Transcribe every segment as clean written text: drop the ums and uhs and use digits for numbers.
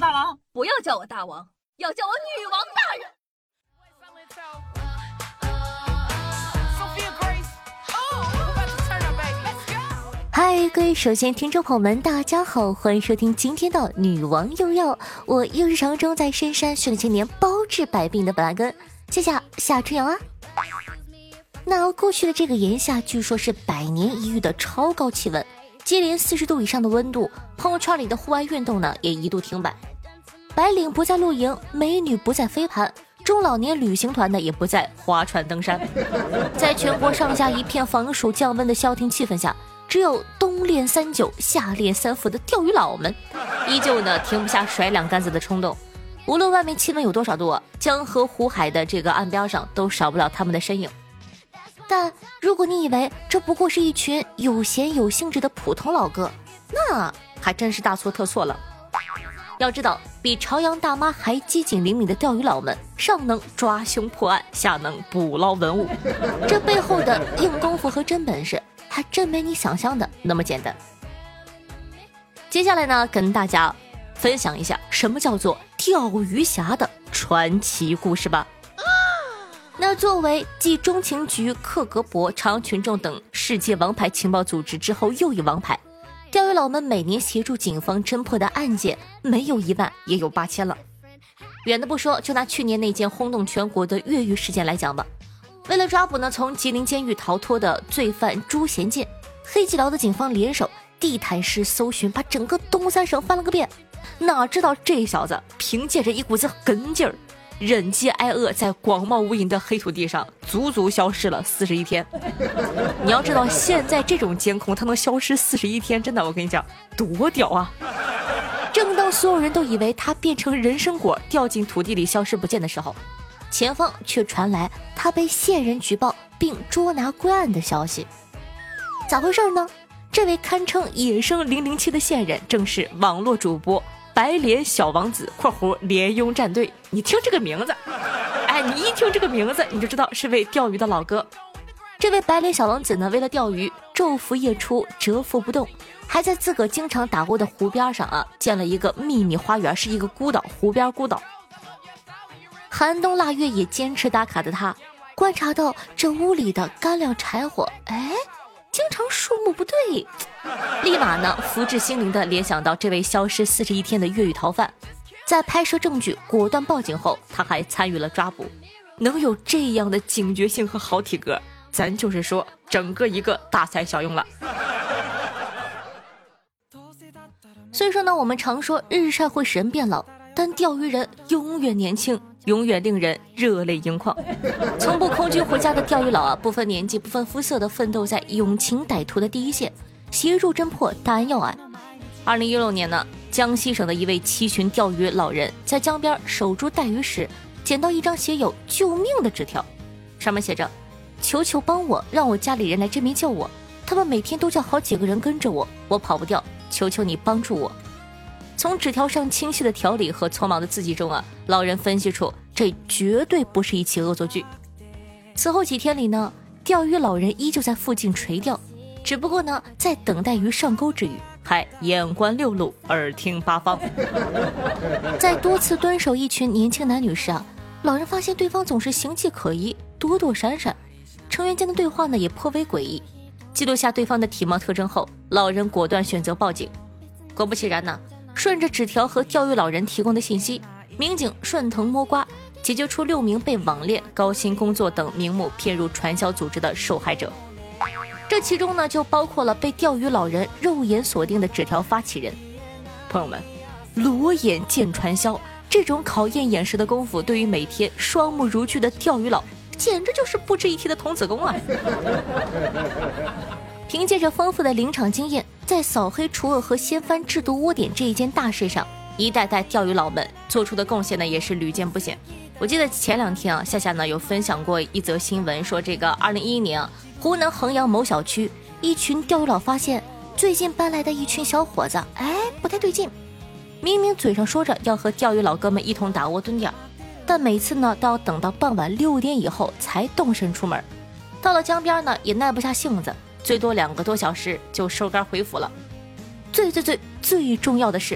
大王？ 不要叫我大王，要叫我女王大人。 嗨，各位首先听众朋友们，大家好，欢迎收听今天的女王又要，我又是常中在深山训练千年，包治百病的本来根，谢谢夏春阳啊。那过去的这个炎夏，据说是100年一遇的超高气温，接连40度以上的温度，朋友圈里的户外运动呢也一度停摆，白领不再露营，美女不再飞盘，中老年旅行团呢也不再划船登山，在全国上下一片防暑降温的消停气氛下，只有冬练39夏练3伏的钓鱼佬们依旧呢停不下甩2竿子的冲动，无论外面气温有多少度，江河湖海的这个岸边上都少不了他们的身影。但如果你以为这不过是一群有闲有兴致的普通老哥，那还真是大错特错了。要知道，比朝阳大妈还机警灵敏的钓鱼佬们，上能抓凶破案，下能捕捞文物，这背后的硬功夫和真本事还真没你想象的那么简单。接下来呢，跟大家分享一下什么叫做钓鱼侠的传奇故事吧。那作为继中情局、克格勃、朝阳群众等世界王牌情报组织之后又一王牌，钓鱼佬们每年协助警方侦破的案件没有1万也有8000了。远的不说，就拿去年那件轰动全国的越狱事件来讲吧，为了抓捕呢从吉林监狱逃脱的罪犯朱贤建，黑吉辽的警方联手地毯式搜寻，把整个东三省翻了个遍。哪知道这小子凭借着一股子梗劲儿，忍饥挨饿，在广袤无垠的黑土地上足足消失了41天。你要知道，现在这种监控它能消失41天，真的我跟你讲多屌啊。正当所有人都以为他变成人参果掉进土地里消失不见的时候，前方却传来他被县人举报并捉拿归案的消息。咋回事呢？这位堪称野生007的县人正是网络主播白脸小王子（括弧联庸战队）。你听这个名字，你一听这个名字你就知道是位钓鱼的老哥。这位白脸小王子呢，为了钓鱼昼伏夜出，蛰伏不动，还在自个经常打过的湖边上建了一个秘密花园，是一个孤岛，湖边孤岛。寒冬腊月也坚持打卡的他，观察到这屋里的干粮柴火，经常数目不对，立马呢福至心灵的联想到这位消失41天的越狱逃犯。在拍摄证据果断报警后，他还参与了抓捕。能有这样的警觉性和好体格，咱就是说整个一个大材小用了。所以说呢，我们常说日晒会使人变老，但钓鱼人永远年轻，永远令人热泪盈眶。从不空军回家的钓鱼佬不分年纪不分肤色的奋斗在勇禽歹徒的第一线，协助侦破大案要案。2016年呢，江西省的一位7旬钓鱼老人在江边守株待鱼时，捡到一张写有救命的纸条，上面写着：求求帮我，让我家里人来这边救我，他们每天都叫好几个人跟着我，我跑不掉，求求你帮助我。从纸条上清晰的条理和匆忙的字迹中老人分析出这绝对不是一起恶作剧。此后几天里呢，钓鱼老人依旧在附近垂钓，只不过呢在等待鱼上钩之余，还眼观六路，耳听八方。在多次蹲守一群年轻男女时老人发现对方总是行迹可疑，躲躲闪闪，成员间的对话呢也颇为诡异。记录下对方的体貌特征后，老人果断选择报警。果不其然呢，顺着纸条和钓鱼老人提供的信息，民警顺藤摸瓜，解决出6名被网恋、高薪工作等名目骗入传销组织的受害者。这其中呢，就包括了被钓鱼老人肉眼锁定的纸条发起人。朋友们，裸眼见传销，这种考验眼识的功夫，对于每天双目如炬的钓鱼佬，简直就是不值一提的童子功啊！凭借着丰富的临场经验，在扫黑除恶和掀翻制毒窝点这一件大事上，一代代钓鱼佬们做出的贡献呢，也是屡见不鲜。我记得前2天夏呢有分享过一则新闻，说这个2011年湖南衡阳某小区，一群钓鱼佬发现最近搬来的一群小伙子，不太对劲。明明嘴上说着要和钓鱼老哥们一同打窝蹲点，但每次呢都要等到傍晚6点以后才动身出门。到了江边呢，也耐不下性子，最多2个多小时就收竿回府了。最重要的是，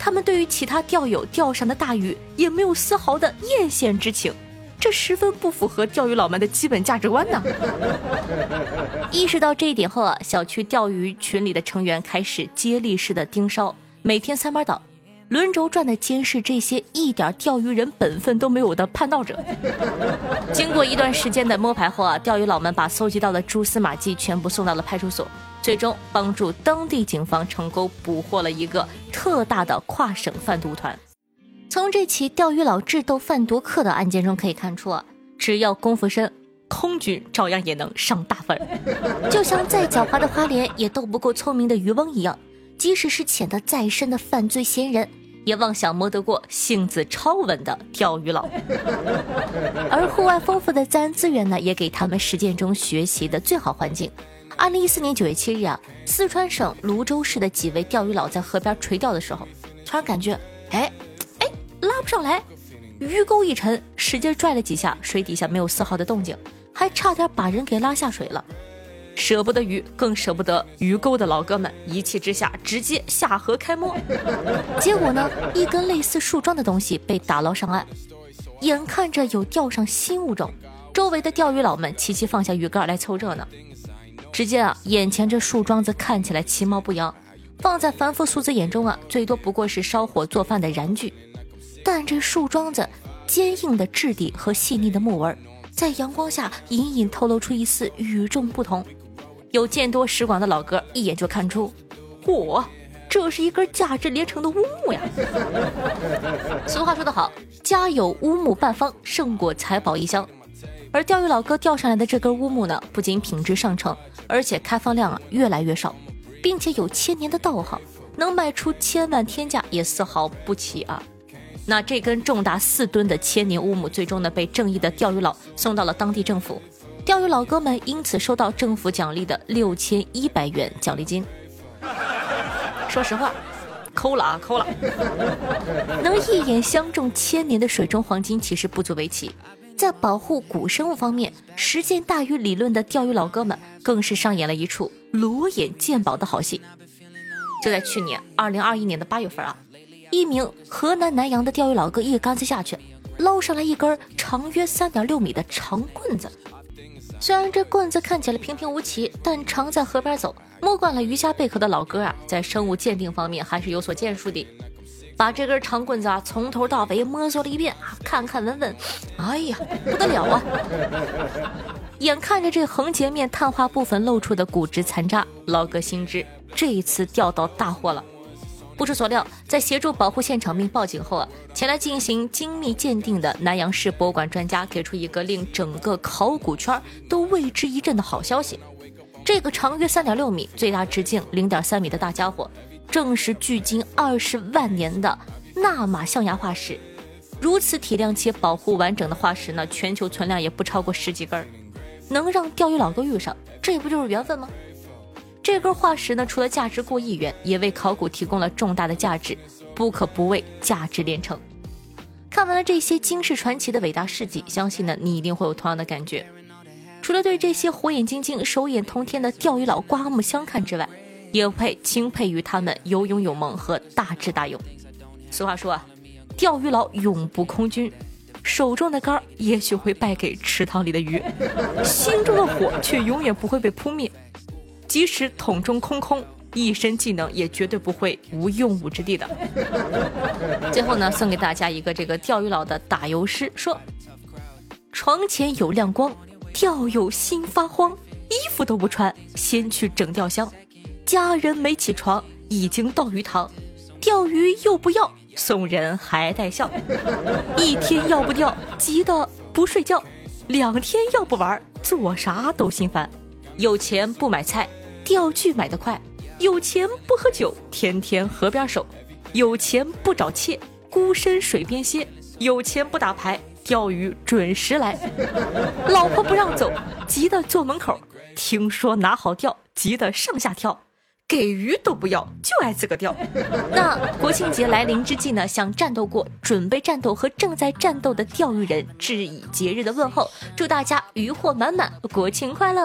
他们对于其他钓友钓上的大鱼也没有丝毫的艳羡之情，这十分不符合钓鱼佬们的基本价值观呢。意识到这一点后啊，小区钓鱼群里的成员开始接力式的盯梢，每天3班倒，轮轴转的监视这些一点钓鱼人本分都没有的叛道者。经过一段时间的摸排后啊，钓鱼佬们把搜集到的蛛丝马迹全部送到了派出所，最终帮助当地警方成功捕获了一个特大的跨省贩毒团。从这起钓鱼佬智斗贩毒客的案件中可以看出啊，只要功夫深，空军照样也能上大分。就像再狡猾的花脸也斗不过聪明的渔翁一样，即使是潜得再深的犯罪嫌疑人，也妄想摸得过性子超稳的钓鱼佬。而户外丰富的自然资源呢，也给他们实践中学习的最好环境。2014年9月7日啊，四川省泸州市的几位钓鱼佬在河边垂钓的时候，突然感觉拉不上来，鱼钩一沉，使劲拽了几下，水底下没有丝毫的动静，还差点把人给拉下水了。舍不得鱼，更舍不得鱼钩的老哥们一气之下直接下河开摸。结果呢，一根类似树桩的东西被打捞上岸，眼看着有钓上新物种，周围的钓鱼佬们齐齐放下鱼竿来凑热闹。只见啊，眼前这树桩子看起来其貌不扬，放在凡夫俗子眼中啊，最多不过是烧火做饭的燃具。但这树桩子坚硬的质地和细腻的木纹，在阳光下隐隐透露出一丝与众不同。有见多识广的老哥一眼就看出，嚯，这是一根价值连城的乌木呀！俗话说得好，家有乌木半方，胜过财宝一箱。而钓鱼老哥钓上来的这根乌木呢，不仅品质上乘，而且开放量越来越少，并且有1000年的道行，能卖出1000万天价也丝毫不奇啊。那这根重达4吨的1000年乌木，最终呢被正义的钓鱼佬送到了当地政府，钓鱼老哥们因此收到政府奖励的6100元奖励金。说实话，抠了。能一眼相中1000年的水中黄金其实不足为奇，在保护古生物方面，实践大鱼理论的钓鱼老哥们更是上演了一出裸眼鉴宝的好戏。就在去年2021年的8月份啊，一名河南南阳的钓鱼老哥一竿子下去，捞上来一根长约3.6米的长棍子。虽然这棍子看起来平平无奇，但常在河边走，摸惯了鱼虾贝壳的老哥啊，在生物鉴定方面还是有所建树的。把这根长棍子啊从头到尾摸索了一遍啊，看看闻闻，哎呀，不得了啊！眼看着这横截面碳化部分露出的骨质残渣，老哥心知这一次钓到大货了。不出所料，在协助保护现场并报警后啊，前来进行精密鉴定的南阳市博物馆专家给出一个令整个考古圈都为之一振的好消息。这个长约3.6米、最大直径0.3米的大家伙，正是距今20万年的纳玛象牙化石。如此体量且保护完整的化石呢，全球存量也不超过10几根，能让钓鱼老哥遇上，这不就是缘分吗？这根化石呢，除了价值过亿元，也为考古提供了重大的价值，不可不谓价值连城。看完了这些惊世传奇的伟大事迹，相信呢你一定会有同样的感觉。除了对这些火眼金睛、手眼通天的钓鱼佬刮目相看之外，也会钦佩于他们有勇有谋和大智大勇。俗话说啊，钓鱼佬永不空军，手中的竿也许会败给池塘里的鱼，心中的火却永远不会被扑灭。即使桶中空空，一身技能也绝对不会无用武之地的。最后呢，送给大家一个这个钓鱼佬的打油诗，说：床前有亮光，钓友心发慌，衣服都不穿，先去整钓箱。家人没起床，已经到鱼塘，钓鱼又不要，送人还带笑。一天要不钓，急得不睡觉；2天要不玩，做啥都心烦。有钱不买菜，钓具买得快；有钱不喝酒，天天河边守；有钱不找妾，孤身水边歇；有钱不打牌，钓鱼准时来。老婆不让走，急得坐门口；听说哪好钓，急得上下跳。给鱼都不要，就爱自个钓。那国庆节来临之际呢，向战斗过、准备战斗和正在战斗的钓鱼人致以节日的问候，祝大家渔获满满，国庆快乐！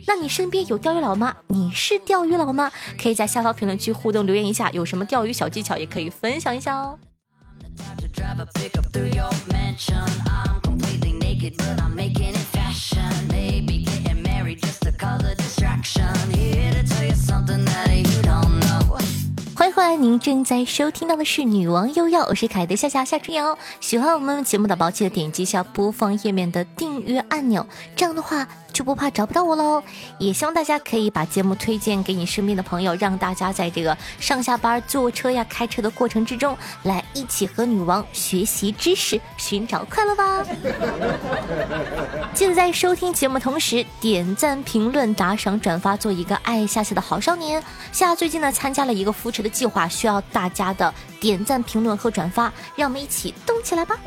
那你身边有钓鱼佬吗？你是钓鱼佬吗？可以在下方评论区互动留言一下，有什么钓鱼小技巧也可以分享一下哦。欢迎您正在收听到的是女王又要，我是凯的夏春瑶。喜欢我们节目的宝记得点击一下播放页面的订阅按钮，这样的话就不怕找不到我喽。也希望大家可以把节目推荐给你身边的朋友，让大家在这个上下班坐车呀开车的过程之中来一起和女王学习知识，寻找快乐吧。记得在收听节目同时点赞评论打赏转发，做一个爱夏的好少年。夏最近呢参加了一个扶持的计划，需要大家的点赞评论和转发，让我们一起动起来吧。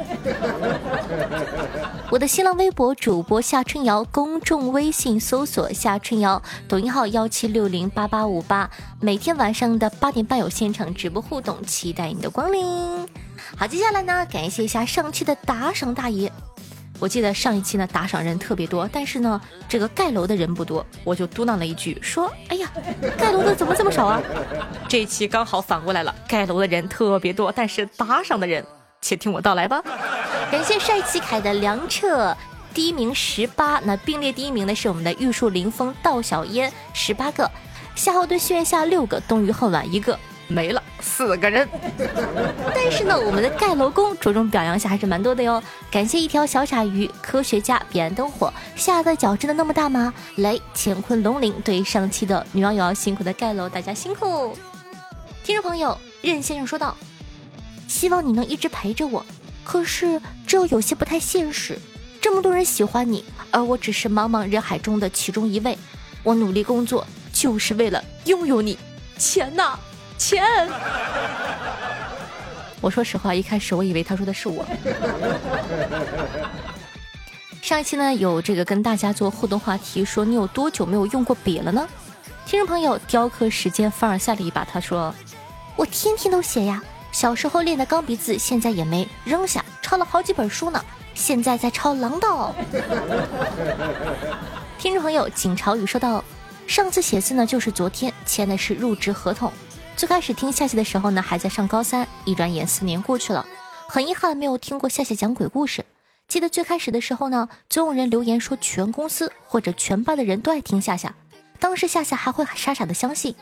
我的新浪微博主播夏春瑶，公众微信搜索夏春瑶，抖音号17608858，每天晚上的8点半有现场直播互动，期待你的光临。好，接下来呢感谢一下上期的打赏大爷。我记得上一期呢打赏人特别多，但是呢这个盖楼的人不多，我就嘟囔了一句说哎呀盖楼的怎么这么少啊。这一期刚好反过来了，盖楼的人特别多，但是打赏的人且听我道来吧。感谢帅气凯的梁彻，第一名18，那并列第一名的是我们的玉树临风道小烟18个，夏侯惇西苑下6个，东隅恨晚1个，没了4个人。但是呢我们的盖楼工着重表扬下还是蛮多的哟。感谢一条小傻鱼，科学家，彼岸灯火，下的脚真的那么大吗？雷，乾坤龙鳞，对上期的女网友辛苦的盖楼，大家辛苦。听众朋友任先生说道，希望你能一直陪着我，可是这又有些不太现实，这么多人喜欢你，而我只是茫茫人海中的其中一位，我努力工作就是为了拥有你，钱呐钱。我说实话，一开始我以为他说的是我。上一期呢有这个跟大家做互动话题，说你有多久没有用过笔了呢？听众朋友雕刻时间凡尔赛了一把，他说我天天都写呀，小时候练的钢笔字现在也没扔下，抄了好几本书呢，现在在抄狼道。听众朋友景朝宇说道，上次写字呢就是昨天签的是入职合同，最开始听夏夏的时候呢还在上高3，一转眼4年过去了，很遗憾没有听过夏夏讲鬼故事。记得最开始的时候呢，总有人留言说全公司或者全班的人都爱听夏夏，当时夏夏还会傻傻的相信。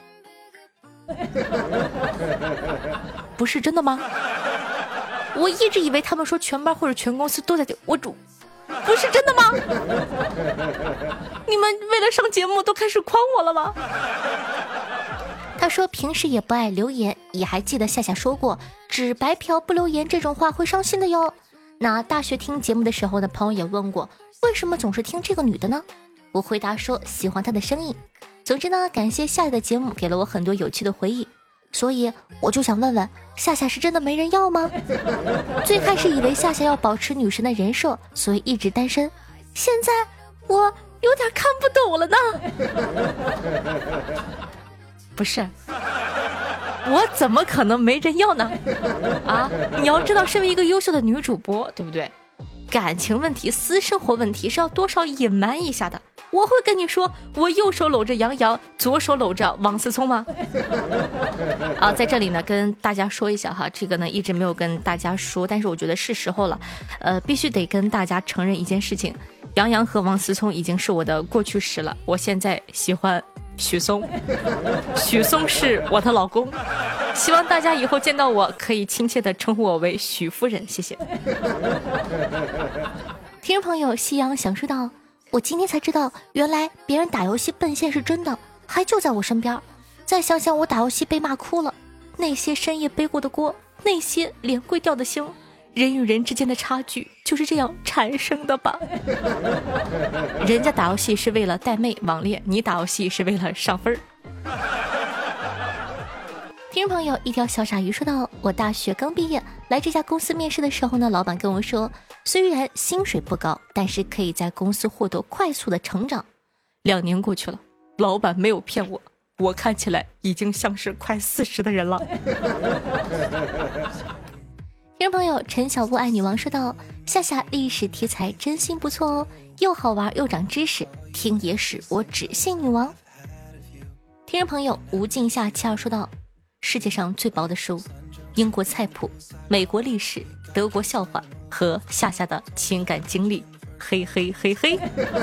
不是真的吗？我一直以为他们说全班或者全公司都在听，不是真的吗？你们为了上节目都开始诓我了吗？他说平时也不爱留言，也还记得夏夏说过只白嫖不留言这种话会伤心的哟。那大学听节目的时候呢，朋友也问过为什么总是听这个女的呢？我回答说喜欢她的声音。总之呢，感谢夏夏的节目给了我很多有趣的回忆，所以我就想问问夏夏是真的没人要吗？最开始以为夏夏要保持女神的人设，所以一直单身，现在我有点看不懂了呢。不是，我怎么可能没人要呢？啊，你要知道身为一个优秀的女主播，对不对？感情问题私生活问题是要多少隐瞒一下的。我会跟你说我右手搂着杨洋，左手搂着王思聪吗？啊，在这里呢跟大家说一下哈，这个呢一直没有跟大家说，但是我觉得是时候了，必须得跟大家承认一件事情，杨洋和王思聪已经是我的过去式了，我现在喜欢许嵩，许嵩是我的老公，希望大家以后见到我可以亲切的称呼我为许夫人，谢谢。听众朋友夕阳想说道，我今天才知道原来别人打游戏奔现是真的，还就在我身边。再想想我打游戏被骂哭了，那些深夜背过的锅，那些连跪掉的星，人与人之间的差距就是这样产生的吧。人家打游戏是为了带妹网恋，你打游戏是为了上分。听众朋友一条小傻鱼说道，我大学刚毕业来这家公司面试的时候呢，老板跟我说虽然薪水不高，但是可以在公司获得快速的成长。2年过去了，老板没有骗我，我看起来已经像是快40的人了。听众朋友陈小布爱女王说道， 夏夏历史题材真心不错哦，又好玩又长知识，听野史我只信女王。听众朋友吴静夏7.2说道，世界上最薄的书，英国菜谱、美国历史、德国笑话和夏夏的情感经历，嘿嘿嘿嘿。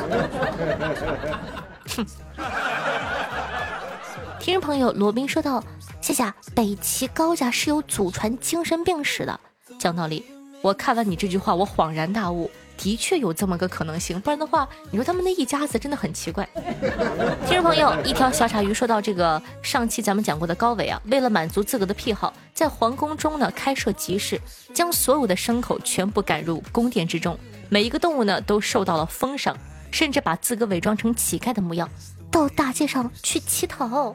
听众朋友罗宾说道，夏夏，北齐高家是有祖传精神病史的。讲道理，我看完你这句话我恍然大悟，的确有这么个可能性，不然的话你说他们那一家子真的很奇怪。听众朋友一条小鲅鱼说到，这个上期咱们讲过的高纬啊，为了满足自个的癖好，在皇宫中呢开设集市，将所有的牲口全部赶入宫殿之中，每一个动物呢都受到了封赏，甚至把自个伪装成乞丐的模样到大街上去乞讨。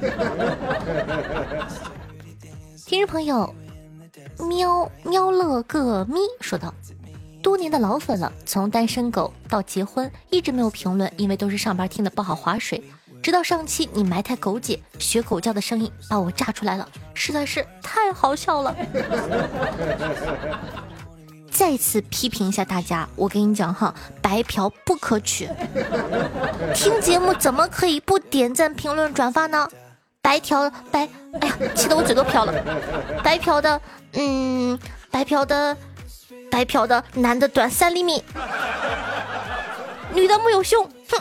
听众朋友喵喵乐个咪说道，多年的老粉了，从单身狗到结婚一直没有评论，因为都是上班听的不好划水，直到上期你埋汰狗姐学狗叫的声音把我炸出来了，实在是太好笑了。再次批评一下大家，我跟你讲哈，白嫖不可取，听节目怎么可以不点赞评论转发呢？白嫖白，哎呀，气得我嘴都飘了。白嫖的白嫖的男的短3厘米，女的木有胸，哼。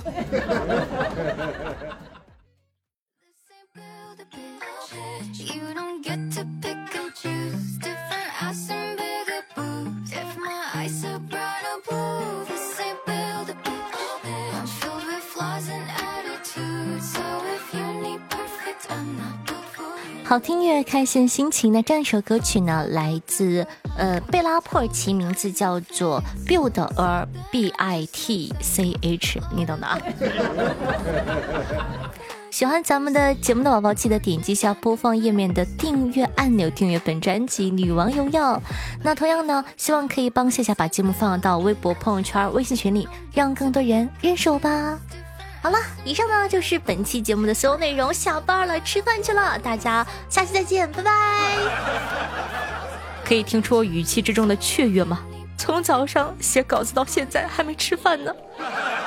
好听乐开心心情，那这样一首歌曲呢，来自贝拉珀尔奇，名字叫做 Build or BITCH， 你懂的啊。喜欢咱们的节目的宝宝，记得点击一下播放页面的订阅按钮，订阅本专辑《女王有药》。那同样呢，希望可以帮夏夏把节目放到微博、朋友圈、微信群里，让更多人认识我吧。好了，以上呢就是本期节目的所有内容，下班了，吃饭去了，大家下期再见，拜拜。可以听出我语气之中的雀跃吗？从早上写稿子到现在还没吃饭呢。